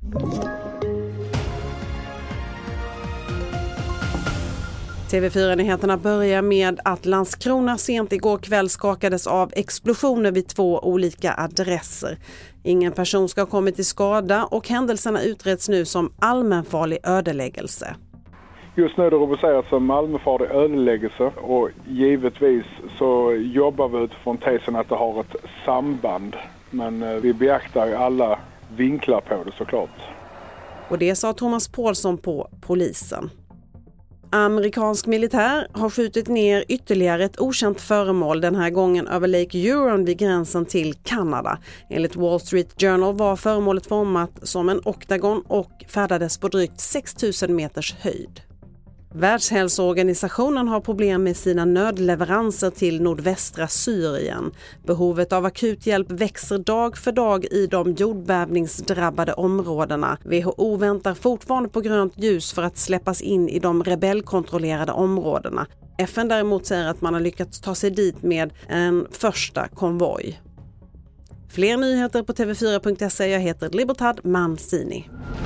TV4-nyheterna börjar med att Landskrona sent igår kväll skakades av explosioner vid 2 olika adresser. Ingen person ska ha kommit till skada och händelserna utreds nu som allmänfarlig ödeläggelse. Just nu är det rubricerat som allmänfarlig ödeläggelse och givetvis så jobbar vi utifrån tesen att det har ett samband. Men vi beaktar alla vinklar på det såklart. Och det sa Thomas Paulsson på polisen. Amerikansk militär har skjutit ner ytterligare ett okänt föremål, den här gången över Lake Huron vid gränsen till Kanada. Enligt Wall Street Journal var föremålet format som en oktagon och färdades på drygt 6 000 meters höjd. Världshälsoorganisationen har problem med sina nödleveranser till nordvästra Syrien. Behovet av akuthjälp växer dag för dag i de jordbävningsdrabbade områdena. WHO väntar fortfarande på grönt ljus för att släppas in i de rebellkontrollerade områdena. FN däremot säger att man har lyckats ta sig dit med en första konvoj. Fler nyheter på tv4.se. Jag heter Libertad Mancini.